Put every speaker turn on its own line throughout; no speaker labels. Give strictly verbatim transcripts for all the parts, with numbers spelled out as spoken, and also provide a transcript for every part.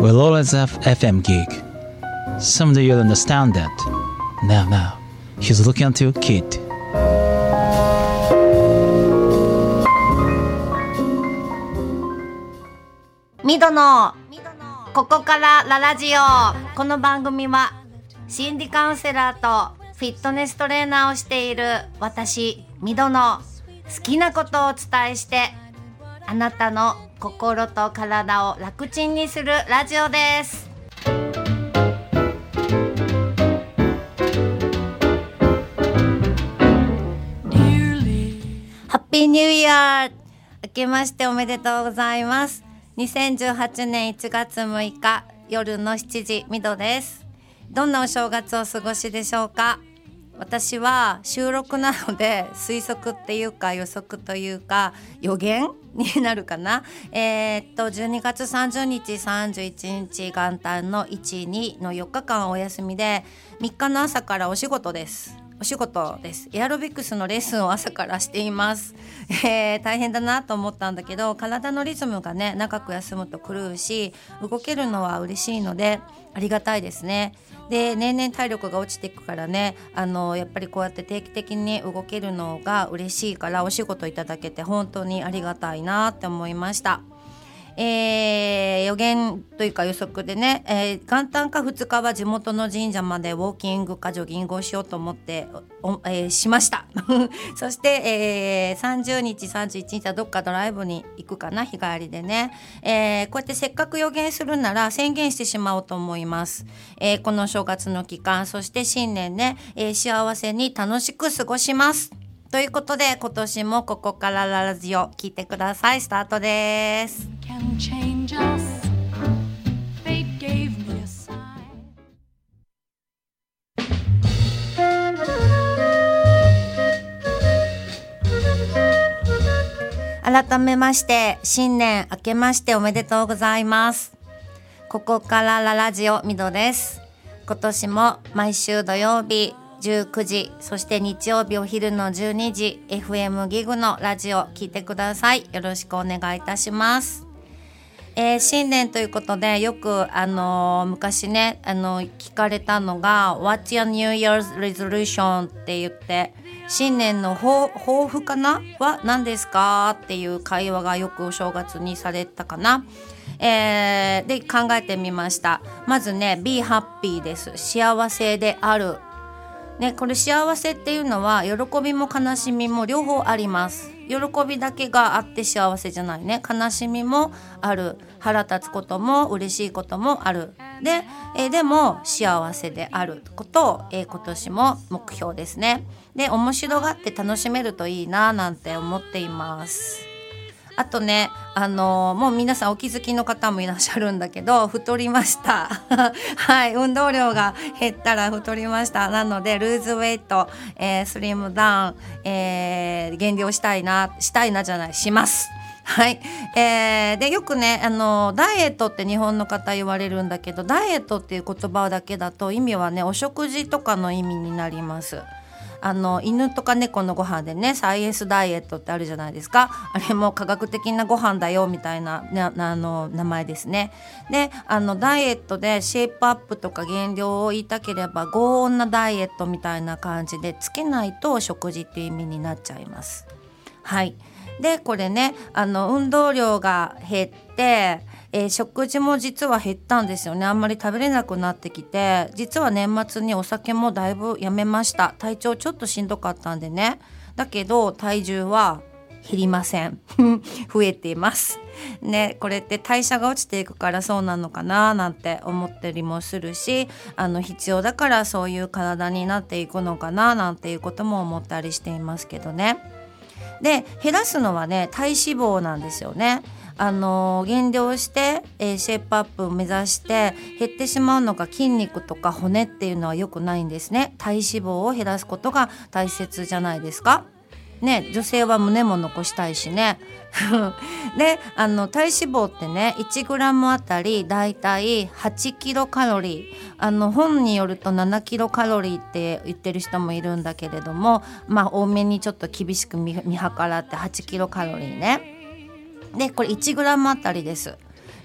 will always have F M gig. Someday you'll understand that. Now, now, he's looking at you, kid.
ミドのここからララジオ。この番組は心理カウンセラーとフィットネストレーナーをしている私ミドの好きなことをお伝えして、あなたの心と体を楽ちんにするラジオです。ハッピーニューイヤー、明けましておめでとうございます。にせんじゅうはちねんいちがつむいか夜のしちじ、ミドです。どんなお正月をお過ごしでしょうか。私は収録なので推測っていうか予測というか予言になるかな。えー、っとじゅうにがつさんじゅうにちさんじゅういちにち元旦のいち、にのよっかかんお休みで、みっかの朝からお仕事ですお仕事ですエアロビクスのレッスンを朝からしています、えー、大変だなと思ったんだけど、体のリズムがね長く休むと狂うし、動けるのは嬉しいのでありがたいですね。で年々体力が落ちていくからね、あのやっぱりこうやって定期的に動けるのが嬉しいから、お仕事いただけて本当にありがたいなって思いました。えー、予言というか予測でね、えー、元旦かふつかは地元の神社までウォーキングかジョギングをしようと思ってお、えー、しましたそして、えー、さんじゅうにちさんじゅういちにちはどっかドライブに行くかな、日帰りでね、えー、こうやってせっかく予言するなら宣言してしまおうと思います、えー、この正月の期間、そして新年ね、えー、幸せに楽しく過ごしますということで、今年もここからラジオ聞いてください。スタートです。改めまして新年明けましておめでとうございます。ここからラジオミドです。今年も毎週土曜日じゅうくじ、そして日曜日お昼のじゅうにじ エフエム ギグのラジオ聞いてください。よろしくお願いいたします。えー、新年ということでよく、あのー、昔ね、あのー、聞かれたのが What's your New Year's Resolution って言って、新年の抱負かなは何ですかっていう会話がよくお正月にされたかな。えー、で考えてみました。まずね Be happy です。幸せであるね、これ幸せっていうのは喜びも悲しみも両方あります。喜びだけがあって幸せじゃないね。悲しみもある、腹立つことも嬉しいこともある。で、えー、でも幸せであることを、えー、今年も目標ですね。で、面白がって楽しめるといいななんて思っています。あとね、あのー、もう皆さんお気づきの方もいらっしゃるんだけど、太りましたはい、運動量が減ったら太りました。なのでルーズウェイト、えー、スリムダウン、えー、減量したいなしたいなじゃないしますはい、えー、でよくね、あのダイエットって日本の方言われるんだけど、ダイエットっていう言葉だけだと意味はね、お食事とかの意味になります。あの犬とか猫のご飯でね、サイエンスダイエットってあるじゃないですか。あれも科学的なご飯だよみたいな、なあの名前ですね。で、あのダイエットでシェイプアップとか減量を言いたければ強引なダイエットみたいな感じでつけないと食事っていう意味になっちゃいます。はい。でこれね、あの運動量が減って、えー、食事も実は減ったんですよね。あんまり食べれなくなってきて、実は年末にお酒もだいぶやめました。体調ちょっとしんどかったんでね。だけど体重は減りません増えていますね。これって代謝が落ちていくからそうなのかななんて思ったりもするし、あの必要だからそういう体になっていくのかななんていうことも思ったりしていますけどね。で減らすのはね、体脂肪なんですよね。あの減量して、えー、シェイプアップを目指して減ってしまうのが筋肉とか骨っていうのは良くないんですね。体脂肪を減らすことが大切じゃないですかね。女性は胸も残したいしねで、あの体脂肪ってね いちグラム あたりだいたいはちキロカロリー、あの本によるとななキロカロリーって言ってる人もいるんだけれども、まあ多めにちょっと厳しく 見, 見計らってはちキロカロリーね。でこれ いちグラム あたりです。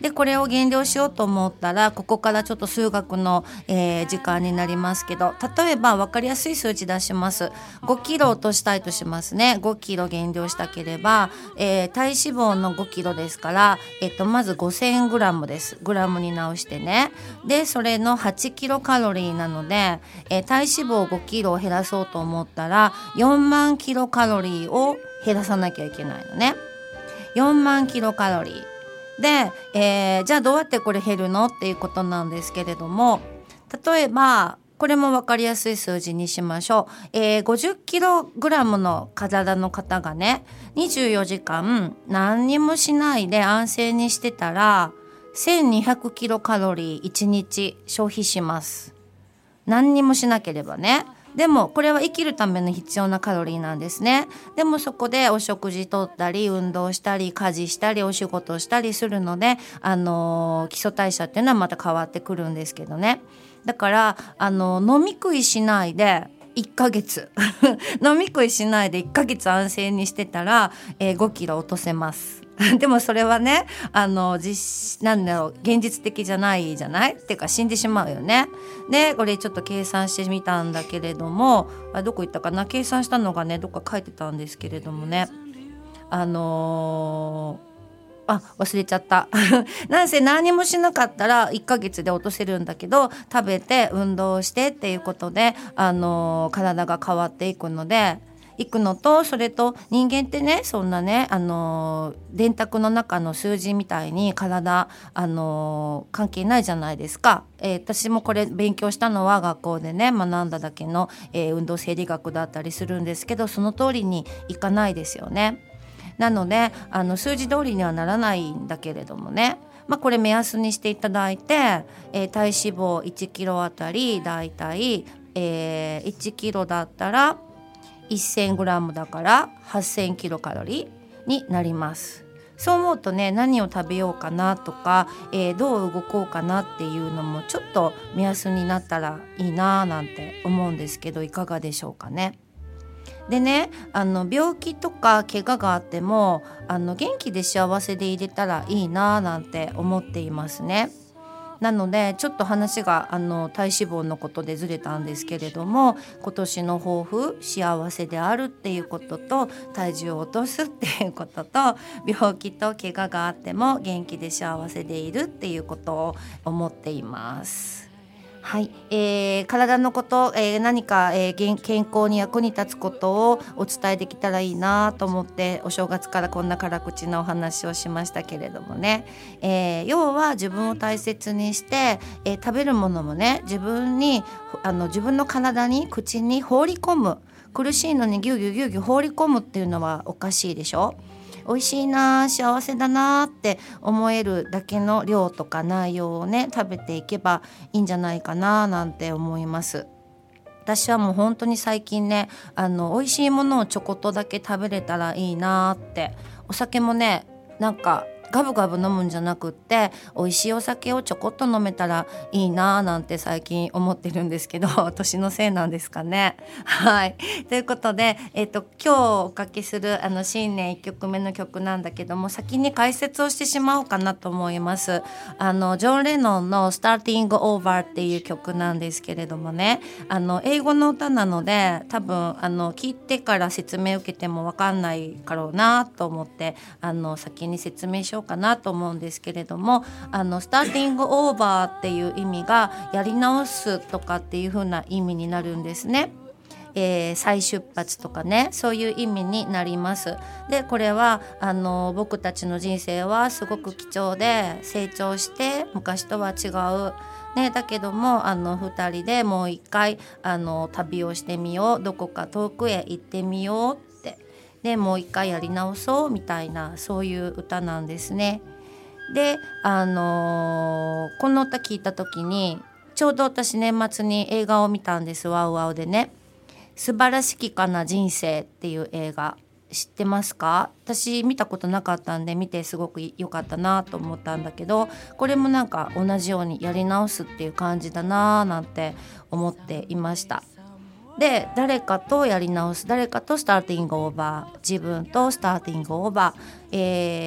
でこれを減量しようと思ったらここからちょっと数学の、えー、時間になりますけど、例えば分かりやすい数値出します。ごキロ落としたいとしますね。ごキロ減量したければ、えー、体脂肪のごキロですから、えっと、まずごせんグラムです。グラムに直してね。でそれのはちキロカロリーなので、えー、体脂肪ごキロを減らそうと思ったらよんまんキロカロリーを減らさなきゃいけないのね。よんまんキロカロリーで、えー、じゃあどうやってこれ減るのっていうことなんですけれども、例えばこれも分かりやすい数字にしましょう。えー、ごじゅっキログラムの体の方がねにじゅうよじかん何にもしないで安静にしてたらせんにひゃくキロカロリーいちにち消費します。何にもしなければね。でもこれは生きるための必要なカロリーなんですね。でもそこでお食事とったり運動したり家事したりお仕事したりするので、あのー、基礎代謝っていうのはまた変わってくるんですけどね。だからあのー、飲み食いしないでいっかげつ飲み食いしないでいっかげつ安静にしてたら、えー、ごキロ落とせますでもそれはねあの実なんだろう現実的じゃないじゃないっていうか死んでしまうよね。でこれちょっと計算してみたんだけれども、あどこ行ったかな、計算したのがねどっか書いてたんですけれどもね、あのー、あ忘れちゃったなんせ何もしなかったらいっかげつで落とせるんだけど、食べて運動してっていうことで、あのー、体が変わっていくのでいくのと、それと人間ってねそんなねあの電卓の中の数字みたいに体あの関係ないじゃないですか。えー、私もこれ勉強したのは学校でね学んだだけの、えー、運動生理学だったりするんですけど、その通りにいかないですよね。なのであの数字通りにはならないんだけれどもね、まあ、これ目安にしていただいて、えー、体脂肪いちキロあたりだいたい、えー、いちキロだったらせんグラムだからはっせんキロカロリーになります。そう思うとね何を食べようかなとか、えー、どう動こうかなっていうのもちょっと目安になったらいいななんて思うんですけど、いかがでしょうかね。でねあの病気とか怪我があってもあの元気で幸せでいれたらいいななんて思っていますね。なのでちょっと話があの体脂肪のことでずれたんですけれども、今年の抱負幸せであるっていうことと体重を落とすっていうことと病気と怪我があっても元気で幸せでいるっていうことを思っています。はい、えー、体のこと、えー、何か、えー、健康に役に立つことをお伝えできたらいいなと思ってお正月からこんな辛口なお話をしましたけれどもね、えー、要は自分を大切にして、えー、食べるものもね自分にあの自分の体に口に放り込む。苦しいのにギュギュギュギュ放り込むっていうのはおかしいでしょ。美味しいな幸せだなって思えるだけの量とか内容をね食べていけばいいんじゃないかななんて思います。私はもう本当に最近ねあの美味しいものをちょこっとだけ食べれたらいいなって。お酒もねなんかガブガブ飲むんじゃなくって美味しいお酒をちょこっと飲めたらいいななんて最近思ってるんですけど、年のせいなんですかね。はいということで、えーと、今日おかけするあの新年いっきょくめの曲なんだけども、先に解説をしてしまおうかなと思います。あのジョン・レノンの Starting Over っていう曲なんですけれどもね、あの英語の歌なので多分あの聞いてから説明を受けても分かんないかろうなと思ってあの先に説明しようかなと思うんですけれども、あのスターティングオーバーっていう意味がやり直すとかっていう風な意味になるんですね。えー、再出発とかねそういう意味になります。でこれはあの僕たちの人生はすごく貴重で成長して昔とは違うね、だけどもあのふたりでもう一回あの旅をしてみよう、どこか遠くへ行ってみようってでもう一回やり直そうみたいなそういう歌なんですね。で、あのー、この歌聞いた時にちょうど私年末に映画を見たんです。ワウワウでね、素晴らしきかな人生っていう映画知ってますか？私見たことなかったんで見てすごく良かったなと思ったんだけど、これもなんか同じようにやり直すっていう感じだななんて思っていました。で誰かとやり直す、誰かとスターティングオーバー、自分とスターティングオーバー、えー、っ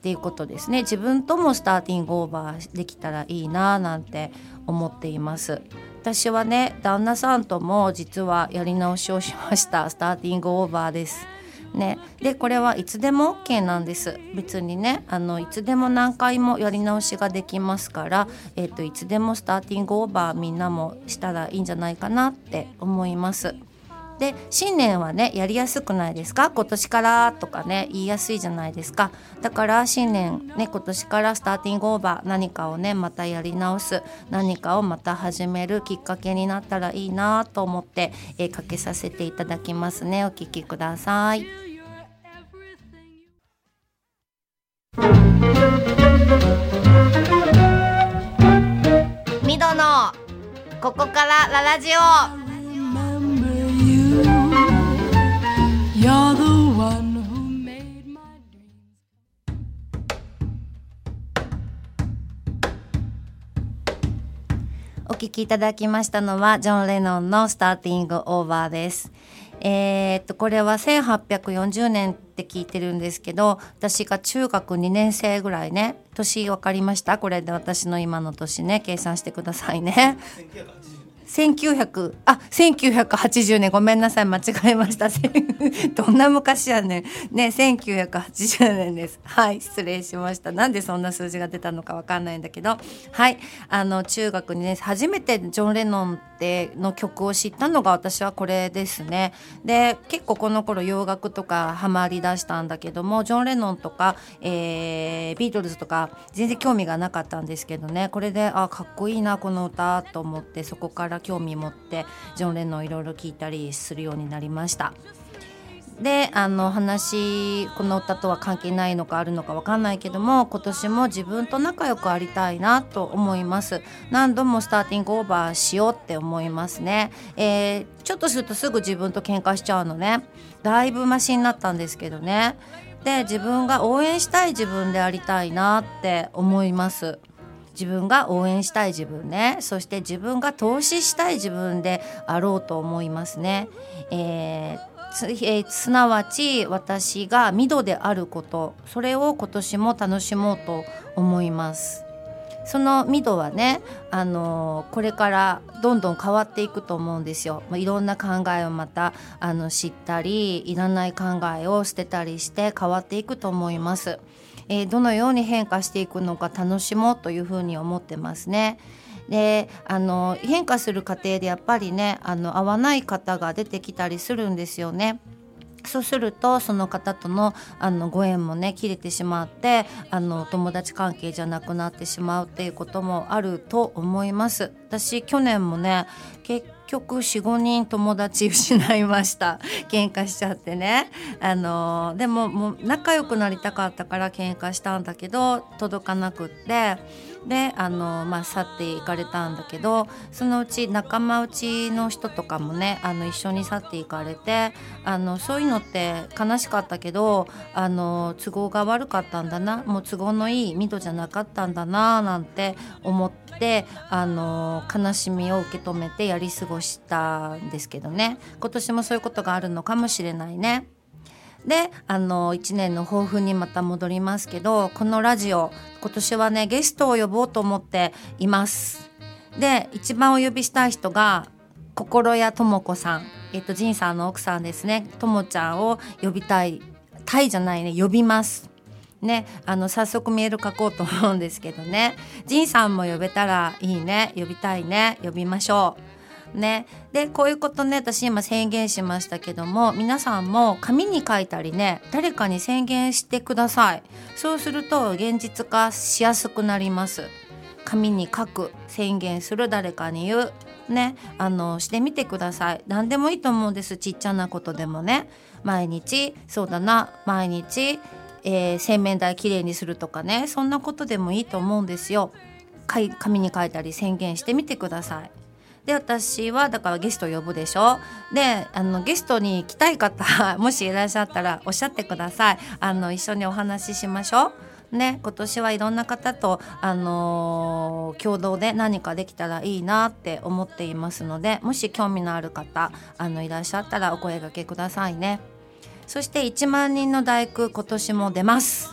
っていうことですね。自分ともスターティングオーバーできたらいいななんて思っています。私はね旦那さんとも実はやり直しをしました。スターティングオーバーですね。でこれはいつでも OK なんです。別にねあのいつでも何回もやり直しができますから、えーと、いつでもスターティングオーバーみんなもしたらいいんじゃないかなって思います。で新年はねやりやすくないですか。今年からとかね言いやすいじゃないですか。だから新年ね今年からスターティングオーバー何かをねまたやり直す何かをまた始めるきっかけになったらいいなと思って、えー、かけさせていただきますね。お聞きください。ミドのここからララジオ。You're the one who made my dreams. お聞きいただきましたのはジョン・レノンのスターティングオーバーです。えー、っとこれはせんはっぴゃくよんじゅうねんって聞いてるんですけど、私が中学にねん生ぐらいね。年分かりました？これで私の今の年ね計算してくださいね。せんきゅうひゃくあせんきゅうひゃくはちじゅうねん、ごめんなさい間違えました。どんな昔やねんね。せんきゅうひゃくはちじゅうねんです。はい失礼しました。なんでそんな数字が出たのかわかんないんだけど、はいあの中学にねん初めてジョン・レノンっての曲を知ったのが私はこれですね。で結構この頃洋楽とかハマりだしたんだけども、ジョン・レノンとか、えー、ビートルズとか全然興味がなかったんですけどね、これであかっこいいなこの歌と思って、そこから興味持ってジョン・レノンいろいろ聞いたりするようになりました。であの話この歌とは関係ないのかあるのか分かんないけども、今年も自分と仲良くありたいなと思います。何度もスターティングオーバーしようって思いますね。えー、ちょっとするとすぐ自分と喧嘩しちゃうのね。だいぶマシになったんですけどね。で自分が応援したい自分でありたいなって思います。自分が応援したい自分ね、そして自分が投資したい自分であろうと思いますね。えーつえー、すなわち私がミドであること、それを今年も楽しもうと思います。そのミドはね、あのー、これからどんどん変わっていくと思うんですよ。いろんな考えをまたあの知ったり、いらない考えを捨てたりして変わっていくと思います。えー、どのように変化していくのか楽しもうというふうに思ってますね。であの変化する過程でやっぱりねあの合わない方が出てきたりするんですよね。そうするとその方との、あのご縁もね切れてしまって、あの友達関係じゃなくなってしまうっていうこともあると思います。私去年もね結局 よん,ご 人友達失いました。喧嘩しちゃってね。あのでももう仲良くなりたかったから喧嘩したんだけど届かなくって、であの、まあ、去っていかれたんだけど、そのうち仲間内の人とかもねあの一緒に去っていかれて、あのそういうのって悲しかったけど、あの都合が悪かったんだな、もう都合のいいミドじゃなかったんだななんて思って、あの悲しみを受け止めてやり過ごしたんですけどね。今年もそういうことがあるのかもしれないね。であのいちねんの抱負にまた戻りますけど、このラジオ今年はねゲストを呼ぼうと思っています。で一番お呼びしたい人が心谷智子さん、えっと仁さんの奥さんですね。ともちゃんを呼びたい、たいじゃないね呼びますね。あの早速メール書こうと思うんですけどね。仁さんも呼べたらいいね、呼びたいね、呼びましょうね。でこういうことね私今宣言しましたけども、皆さんも紙に書いたりね誰かに宣言してください。そうすると現実化しやすくなります。紙に書く、宣言する、誰かに言うね、あのしてみてください。何でもいいと思うんです。ちっちゃなことでもね。毎日そうだな毎日、えー、洗面台きれいにするとかね、そんなことでもいいと思うんですよ。紙に書いたり宣言してみてください。で私はだからゲスト呼ぶでしょ。であのゲストに来たい方もしいらっしゃったらおっしゃってください。あの一緒にお話ししましょうね。今年はいろんな方と、あのー、共同で何かできたらいいなって思っていますので、もし興味のある方あのいらっしゃったらお声掛けくださいね。そしていちまん人の第九今年も出ます。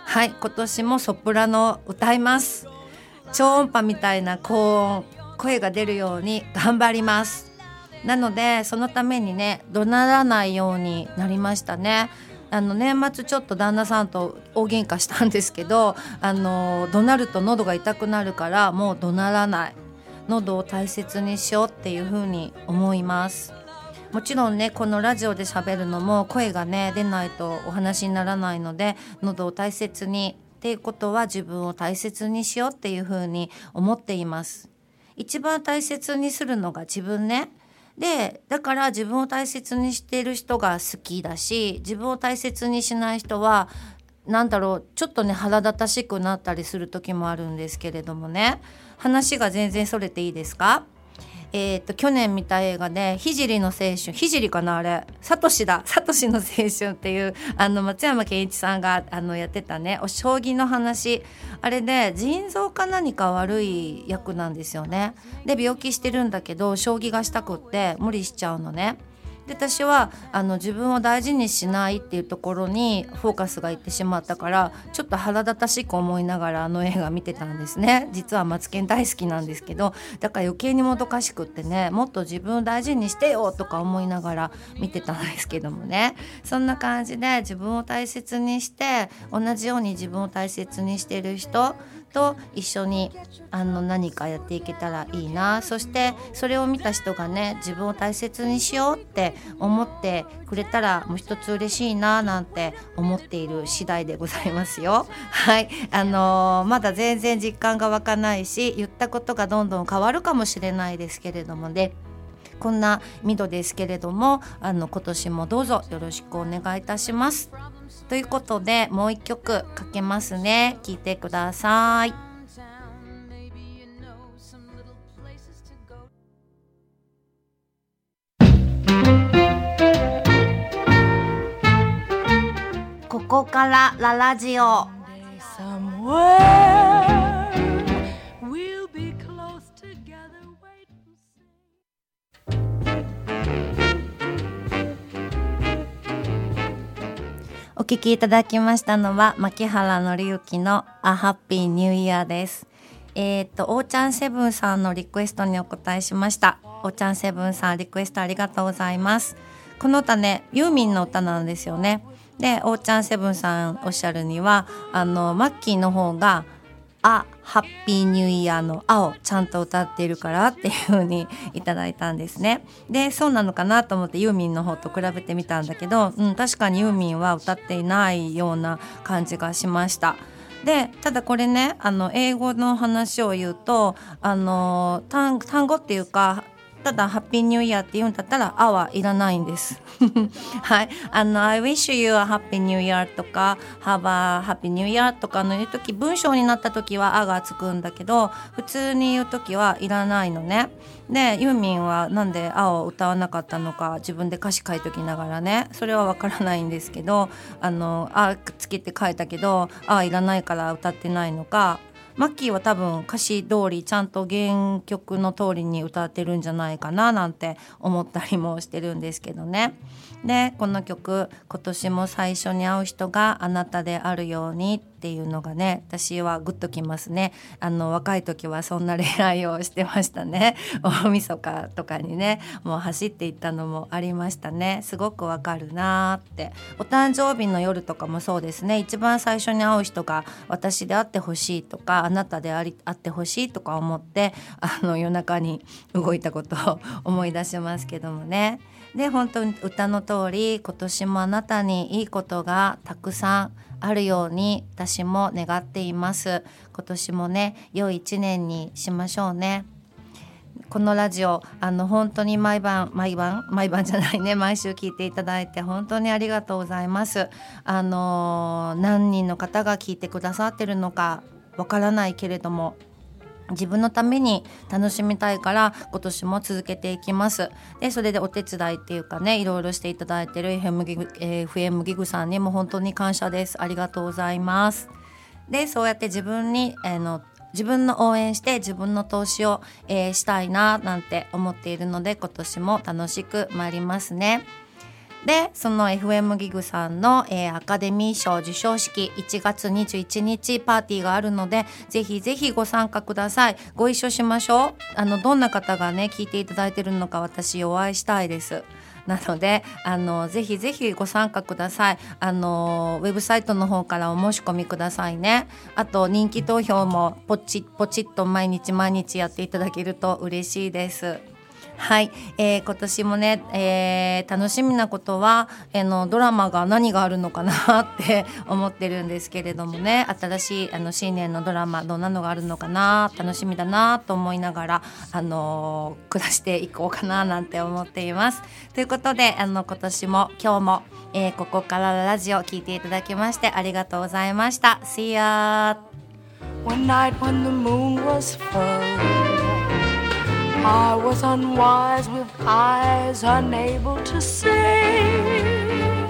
はい、今年もソプラノ歌います。超音波みたいな高音、声が出るように頑張ります。なのでそのためにね、怒鳴らないようになりましたね。あの年末ちょっと旦那さんと大喧嘩したんですけど、あの怒鳴ると喉が痛くなるから、もう怒鳴らない、喉を大切にしようっていう風に思います。もちろんね、このラジオで喋るのも声がね出ないとお話にならないので、喉を大切にっていうことは自分を大切にしようっていう風に思っています。一番大切にするのが自分ね。でだから自分を大切にしている人が好きだし、自分を大切にしない人はなんだろう、ちょっとね腹立たしくなったりする時もあるんですけれどもね。話が全然それていいですか。えー、と去年見た映画で聖の青春、聖かなあれ、サトシだ、サトシの青春っていうあの松山ケンイチさんがあのやってたね、お将棋の話、あれで腎臓か何か悪い役なんですよね。で病気してるんだけど将棋がしたくって無理しちゃうのね。で私はあの自分を大事にしないっていうところにフォーカスがいってしまったから、ちょっと腹立たしく思いながらあの映画見てたんですね。実はマツケン大好きなんですけど、だから余計にもどかしくってね、もっと自分を大事にしてよとか思いながら見てたんですけどもね。そんな感じで自分を大切にして、同じように自分を大切にしている人と一緒にあの何かやっていけたらいいな。そしてそれを見た人がね、自分を大切にしようって思ってくれたらもう一つ嬉しいななんて思っている次第でございますよ。はい、あのー、まだ全然実感が湧かないし、言ったことがどんどん変わるかもしれないですけれどもね、こんなミドですけれども、あの今年もどうぞよろしくお願いいたします。ということでもう一曲かけますね。聴いてください。ここからララジオ。お聞きいただきましたのは牧原紀之の A Happy New Year です。えー、っとおーちゃんセブンさんのリクエストにお答えしました。おーちゃんセブンさんリクエストありがとうございます。この歌ねユーミンの歌なんですよね。でおーちゃんセブンさんおっしゃるには、あのマッキーの方があハッピーニューイヤーのあをちゃんと歌っているからっていう風にいただいたんですね。でそうなのかなと思ってユーミンの方と比べてみたんだけど、うん、確かにユーミンは歌っていないような感じがしました。でただこれね、あの英語の話を言うと、あの 単, 単語っていうか、ただハッピーニューイヤーって言うんだったらあはいらないんですはい、あの I wish you a happy new year とか Have a happy new year とかの言うとき、文章になったときはあがつくんだけど、普通に言うときはいらないのね。でユーミンはなんであを歌わなかったのか自分で歌詞書いときながらね、それはわからないんですけど、あのあつけて書いたけどあいらないから歌ってないのか、マッキーは多分歌詞通りちゃんと原曲の通りに歌ってるんじゃないかななんて思ったりもしてるんですけどね。でこの曲、今年も最初に会う人があなたであるようにっていうのがね、私はグッときますね。あの若い時はそんな恋愛をしてましたね。大晦日とかにねもう走っていったのもありましたね。すごくわかるなって。お誕生日の夜とかもそうですね。一番最初に会う人が私であってほしいとか、あなたでありあってほしいとか思ってあの夜中に動いたことを思い出しますけどもね。で本当に歌の通り、今年もあなたにいいことがたくさんあるように私も願っています。今年もね良い一年にしましょうね。このラジオあの本当に毎晩毎晩毎晩じゃないね毎週聞いていただいて本当にありがとうございます。あのー、何人の方が聞いてくださってるのかわからないけれども、自分のために楽しみたいから今年も続けていきます。でそれでお手伝いっていうかね、いろいろしていただいてる エフエム ギグ、えー、エフエム ギグさんにも本当に感謝です。ありがとうございます。でそうやって自分に、えー、の自分の応援して自分の投資を、えー、したいななんて思っているので、今年も楽しく参りますね。 でその エフエム ギグさんの、えー、アカデミー賞授賞式いちがつにじゅういちにちパーティーがあるので、ぜひぜひご参加ください。ご一緒しましょう。あのどんな方がね聞いていただいてるのか私お会いしたいです。なのであのぜひぜひご参加ください。あのウェブサイトの方からお申し込みくださいね。あと人気投票もポチッポチッと毎日毎日やっていただけると嬉しいです。はい、えー、今年もね、えー、楽しみなことは、えー、のドラマが何があるのかなって思ってるんですけれどもね、新しいあの新年のドラマどんなのがあるのかな、楽しみだなと思いながら、あのー、暮らしていこうかななんて思っています。ということであの今年も今日も、えー、ここからラジオ聞いていただきましてありがとうございました。 See ya.
One night when the moon was full, I was unwise with eyes unable to see.